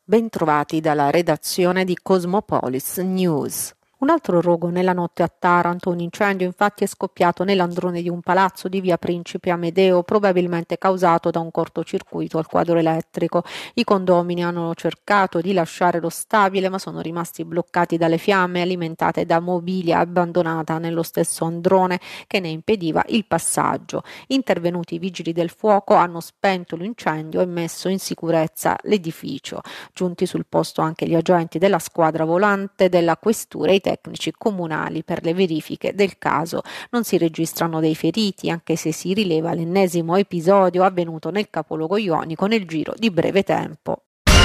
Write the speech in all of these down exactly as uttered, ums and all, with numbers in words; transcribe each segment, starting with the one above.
Bentrovati dalla redazione di Cosmopolis News. Un altro rogo nella notte a Taranto. Un incendio infatti è scoppiato nell'androne di un palazzo di via Principe Amedeo, probabilmente causato da un cortocircuito al quadro elettrico. I condomini hanno cercato di lasciare lo stabile, ma sono rimasti bloccati dalle fiamme alimentate da mobilia abbandonata nello stesso androne che ne impediva il passaggio. Intervenuti i vigili del fuoco hanno spento l'incendio e messo in sicurezza l'edificio. Giunti sul posto anche gli agenti della squadra volante della questura e i tecnici comunali per le verifiche del caso. Non si registrano dei feriti, anche se si rileva l'ennesimo episodio avvenuto nel capoluogo ionico nel giro di breve tempo.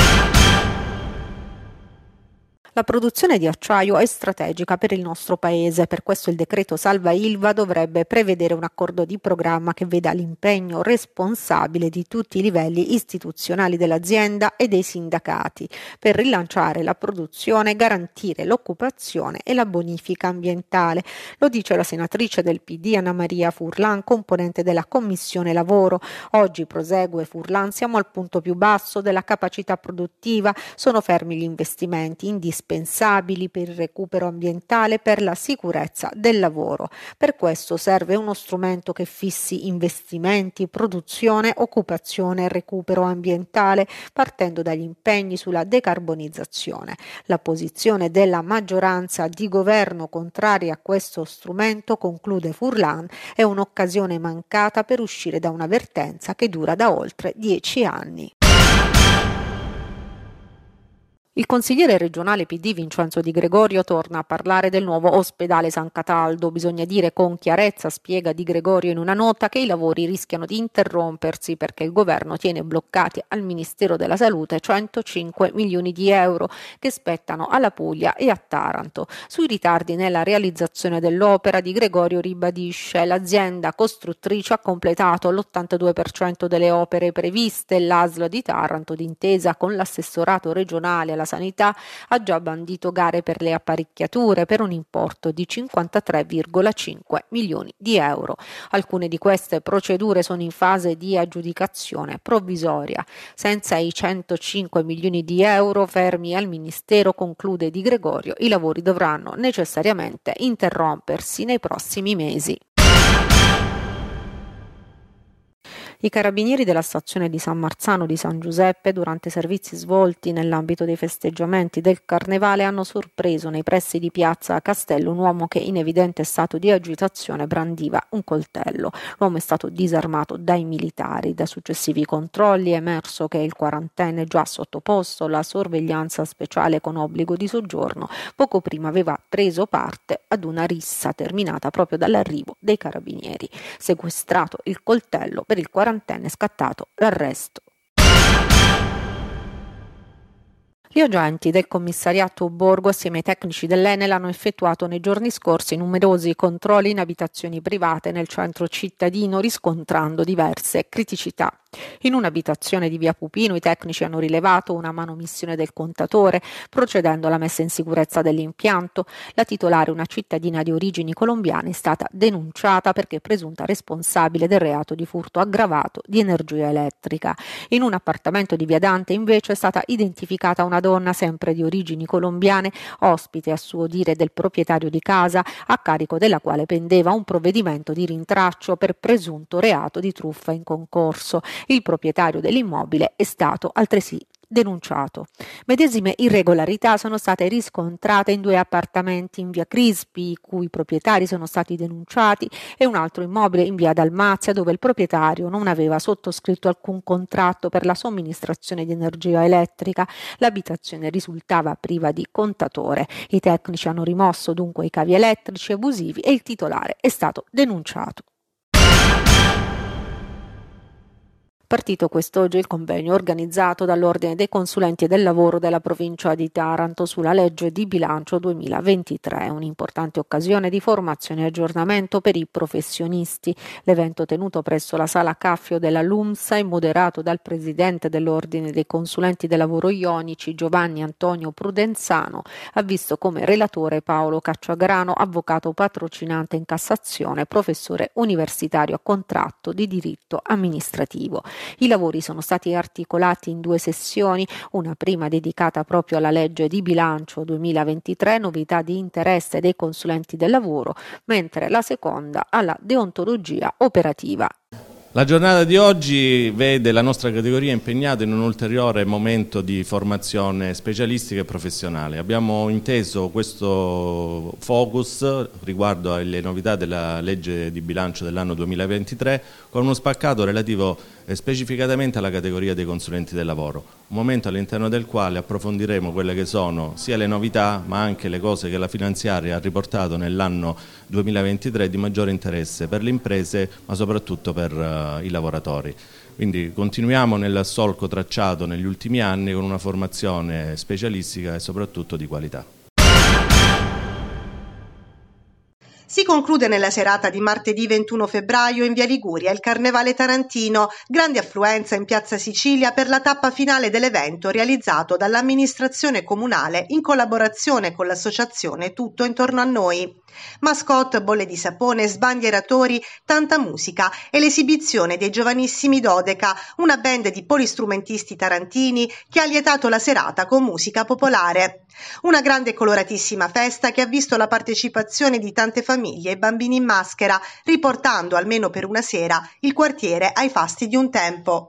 La produzione di acciaio è strategica per il nostro paese, per questo il decreto Salva Ilva dovrebbe prevedere un accordo di programma che veda l'impegno responsabile di tutti i livelli istituzionali dell'azienda e dei sindacati per rilanciare la produzione, garantire l'occupazione e la bonifica ambientale. Lo dice la senatrice del P D Anna Maria Furlan, componente della Commissione Lavoro. Oggi, prosegue Furlan, siamo al punto più basso della capacità produttiva, sono fermi gli investimenti indispensabili indispensabili per il recupero ambientale e per la sicurezza del lavoro. Per questo serve uno strumento che fissi investimenti, produzione, occupazione e recupero ambientale, partendo dagli impegni sulla decarbonizzazione. La posizione della maggioranza di governo contraria a questo strumento, conclude Furlan, è un'occasione mancata per uscire da una vertenza che dura da oltre dieci anni. Il consigliere regionale P D Vincenzo Di Gregorio torna a parlare del nuovo ospedale San Cataldo. Bisogna dire con chiarezza, spiega Di Gregorio in una nota, che i lavori rischiano di interrompersi perché il governo tiene bloccati al Ministero della Salute centocinque milioni di euro che spettano alla Puglia e a Taranto. Sui ritardi nella realizzazione dell'opera, Di Gregorio ribadisce: l'azienda costruttrice ha completato l'ottantadue per cento delle opere previste. L'A S L di Taranto, d'intesa con l'assessorato regionale alla sanità, ha già bandito gare per le apparecchiature per un importo di cinquantatré virgola cinque milioni di euro. Alcune di queste procedure sono in fase di aggiudicazione provvisoria. Senza i centocinque milioni di euro fermi al Ministero, conclude Di Gregorio, i lavori dovranno necessariamente interrompersi nei prossimi mesi. I carabinieri della stazione di San Marzano di San Giuseppe, durante servizi svolti nell'ambito dei festeggiamenti del Carnevale, hanno sorpreso nei pressi di piazza Castello un uomo che in evidente stato di agitazione brandiva un coltello. L'uomo è stato disarmato dai militari. Da successivi controlli è emerso che il quarantenne, già sottoposto alla sorveglianza speciale con obbligo di soggiorno, poco prima aveva preso parte ad una rissa terminata proprio dall'arrivo dei carabinieri. Sequestrato il coltello, per il quarantenne è scattato l'arresto. Gli agenti del commissariato Borgo assieme ai tecnici dell'Enel hanno effettuato nei giorni scorsi numerosi controlli in abitazioni private nel centro cittadino, riscontrando diverse criticità. In un'abitazione di via Pupino i tecnici hanno rilevato una manomissione del contatore, procedendo alla messa in sicurezza dell'impianto. La titolare, una cittadina di origini colombiane, è stata denunciata perché presunta responsabile del reato di furto aggravato di energia elettrica. In un appartamento di via Dante invece è stata identificata una donna sempre di origini colombiane, ospite a suo dire del proprietario di casa, a carico della quale pendeva un provvedimento di rintraccio per presunto reato di truffa in concorso. Il proprietario dell'immobile è stato altresì denunciato. Medesime irregolarità sono state riscontrate in due appartamenti in via Crispi, i cui proprietari sono stati denunciati, e un altro immobile in via Dalmazia, dove il proprietario non aveva sottoscritto alcun contratto per la somministrazione di energia elettrica. L'abitazione risultava priva di contatore. I tecnici hanno rimosso dunque i cavi elettrici abusivi e il titolare è stato denunciato. Partito quest'oggi il convegno organizzato dall'Ordine dei Consulenti del Lavoro della provincia di Taranto sulla legge di bilancio duemilaventitré, un'importante occasione di formazione e aggiornamento per i professionisti. L'evento, tenuto presso la sala Caffio della LUMSA e moderato dal presidente dell'Ordine dei Consulenti del Lavoro ionici Giovanni Antonio Prudenzano, ha visto come relatore Paolo Cacciagrano, avvocato patrocinante in Cassazione, professore universitario a contratto di diritto amministrativo. I lavori sono stati articolati in due sessioni, una prima dedicata proprio alla legge di bilancio duemilaventitré, novità di interesse dei consulenti del lavoro, mentre la seconda alla deontologia operativa. La giornata di oggi vede la nostra categoria impegnata in un ulteriore momento di formazione specialistica e professionale. Abbiamo inteso questo focus riguardo alle novità della legge di bilancio dell'anno duemilaventitré con uno spaccato relativo eh, specificatamente alla categoria dei consulenti del lavoro, un momento all'interno del quale approfondiremo quelle che sono sia le novità ma anche le cose che la finanziaria ha riportato nell'anno duemilaventitré di maggiore interesse per le imprese ma soprattutto per uh, i lavoratori. Quindi continuiamo nel solco tracciato negli ultimi anni con una formazione specialistica e soprattutto di qualità. Si conclude nella serata di martedì ventuno febbraio in via Liguria il Carnevale Tarantino, grande affluenza in piazza Sicilia per la tappa finale dell'evento realizzato dall'amministrazione comunale in collaborazione con l'associazione Tutto Intorno a Noi. Mascotte, bolle di sapone, sbandieratori, tanta musica e l'esibizione dei giovanissimi Dodeca, una band di polistrumentisti tarantini che ha lietato la serata con musica popolare. Una grande e coloratissima festa che ha visto la partecipazione di tante famiglie e bambini in maschera, riportando almeno per una sera il quartiere ai fasti di un tempo.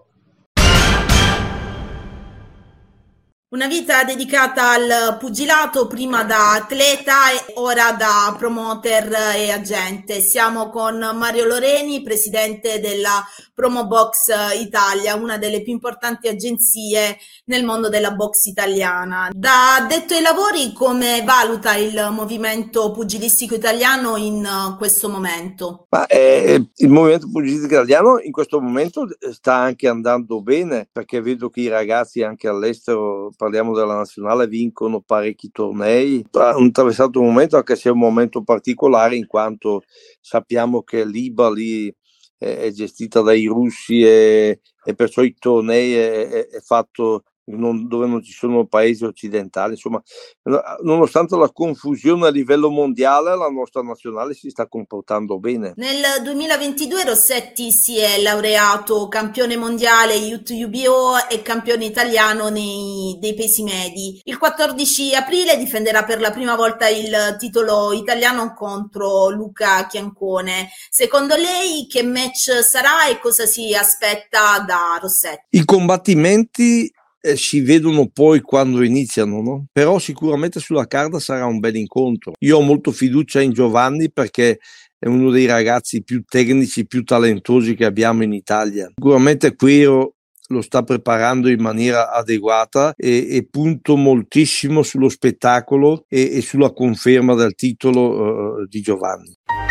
Una vita dedicata al pugilato, prima da atleta e ora da promoter e agente. Siamo con Mario Loreni, presidente della Promobox Italia, una delle più importanti agenzie nel mondo della box italiana. Da addetto ai lavori, come valuta il movimento pugilistico italiano in questo momento? Ma, eh, il movimento pugilistico italiano in questo momento sta anche andando bene, perché vedo che i ragazzi anche all'estero, parliamo della nazionale, vincono parecchi tornei. Hanno attraversato un momento, anche se è un momento particolare, in quanto sappiamo che l'I B A lì è, è gestita dai russi e, e perciò i tornei è, è, è fatto non, dove non ci sono paesi occidentali. Insomma, nonostante la confusione a livello mondiale, la nostra nazionale si sta comportando bene. Nel duemilaventidue Rossetti si è laureato campione mondiale Youth U B O e campione italiano nei dei pesi medi. Il quattordici aprile difenderà per la prima volta il titolo italiano contro Luca Chiancone. Secondo lei che match sarà e cosa si aspetta da Rossetti? I combattimenti Eh, si vedono poi quando iniziano, no? Però sicuramente sulla carta sarà un bel incontro. Io ho molto fiducia in Giovanni perché è uno dei ragazzi più tecnici, più talentosi che abbiamo in Italia. Sicuramente Quiro lo sta preparando in maniera adeguata e, e punto moltissimo sullo spettacolo e, e sulla conferma del titolo uh, di Giovanni.